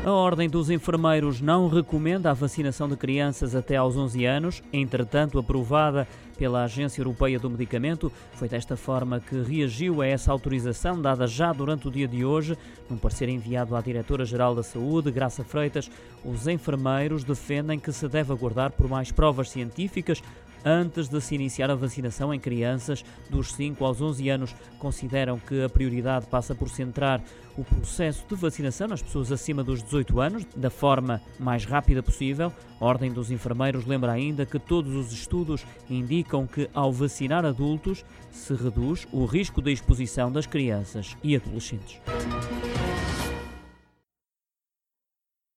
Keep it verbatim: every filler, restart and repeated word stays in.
A Ordem dos Enfermeiros não recomenda a vacinação de crianças até aos onze anos, entretanto aprovada pela Agência Europeia do Medicamento. Foi desta forma que reagiu a essa autorização, dada já durante o dia de hoje. Num parecer enviado à Diretora-Geral da Saúde, Graça Freitas, os enfermeiros defendem que se deve aguardar por mais provas científicas antes de se iniciar a vacinação em crianças dos cinco aos onze anos. Consideram que a prioridade passa por centrar o processo de vacinação nas pessoas acima dos dezoito anos, da forma mais rápida possível. A Ordem dos Enfermeiros lembra ainda que todos os estudos indicam que, ao vacinar adultos, se reduz o risco de exposição das crianças e adolescentes.